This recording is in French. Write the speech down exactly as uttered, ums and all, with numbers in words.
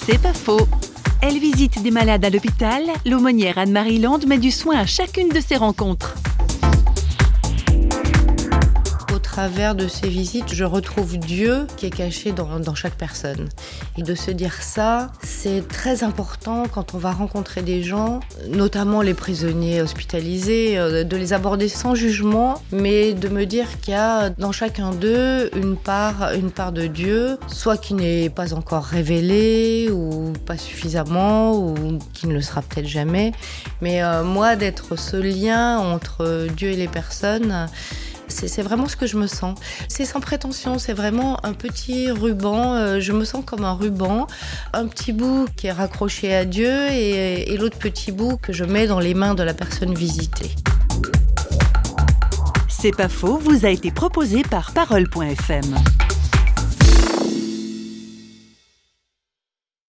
C'est pas faux. Elle visite des malades à l'hôpital. L'aumônière Anne-Marie Land met du soin à chacune de ses rencontres. Au travers de ces visites, je retrouve Dieu qui est caché dans, dans chaque personne. Et de se dire ça, c'est très important quand on va rencontrer des gens, notamment les prisonniers hospitalisés, de les aborder sans jugement, mais de me dire qu'il y a dans chacun d'eux une part, une part de Dieu, soit qui n'est pas encore révélée, ou pas suffisamment, ou qui ne le sera peut-être jamais. Mais euh, moi, d'être ce lien entre Dieu et les personnes, C'est, c'est vraiment ce que je me sens. C'est sans prétention, c'est vraiment un petit ruban. Euh, je me sens comme un ruban, un petit bout qui est raccroché à Dieu et, et l'autre petit bout que je mets dans les mains de la personne visitée. C'est pas faux, vous a été proposé par Parole point F M.